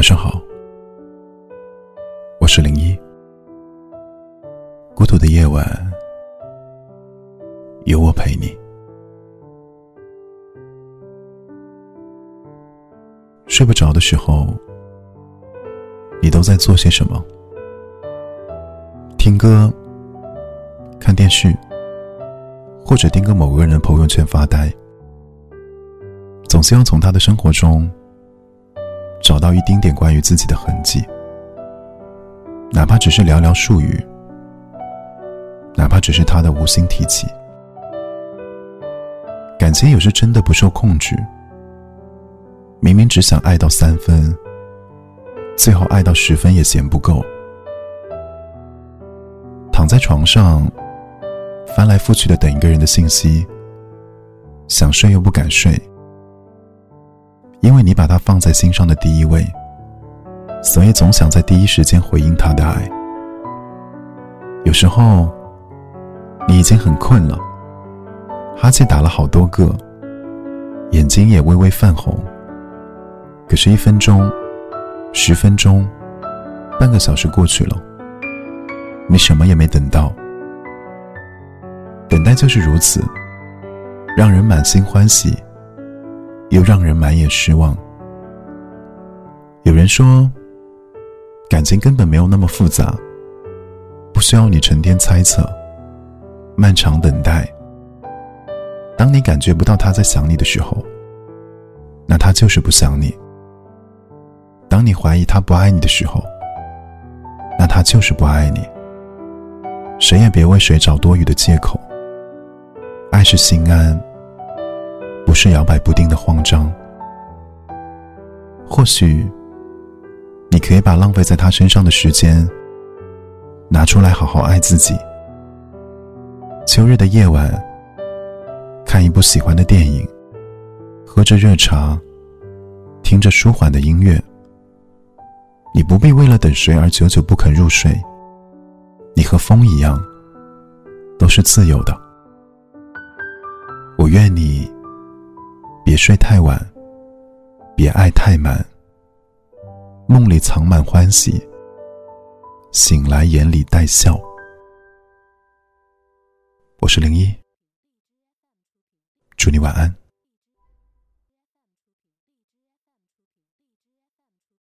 晚上好，我是01。孤独的夜晚，有我陪你。睡不着的时候，你都在做些什么？听歌、看电视，或者盯个某个人的朋友圈发呆，总希望从他的生活中找到一丁点关于自己的痕迹，哪怕只是寥寥数语，哪怕只是他的无心提起。感情有时真的不受控制，明明只想爱到3分，最后爱到10分也嫌不够。躺在床上翻来覆去的等一个人的信息，想睡又不敢睡，因为你把他放在心上的第一位，所以总想在第一时间回应他的爱。有时候你已经很困了，哈欠打了好多个，眼睛也微微泛红，可是1分钟、10分钟、半个小时过去了，你什么也没等到。等待就是如此，让人满心欢喜，又让人满眼失望。有人说，感情根本没有那么复杂，不需要你成天猜测，漫长等待。当你感觉不到他在想你的时候，那他就是不想你。当你怀疑他不爱你的时候，那他就是不爱你。谁也别为谁找多余的借口。爱是心安，不是摇摆不定的慌张。或许你可以把浪费在他身上的时间拿出来好好爱自己。秋日的夜晚，看一部喜欢的电影，喝着热茶，听着舒缓的音乐。你不必为了等谁而久久不肯入睡，你和风一样，都是自由的。我愿你别睡太晚，别爱太满，梦里藏满欢喜，醒来眼里带笑。我是01，祝你晚安。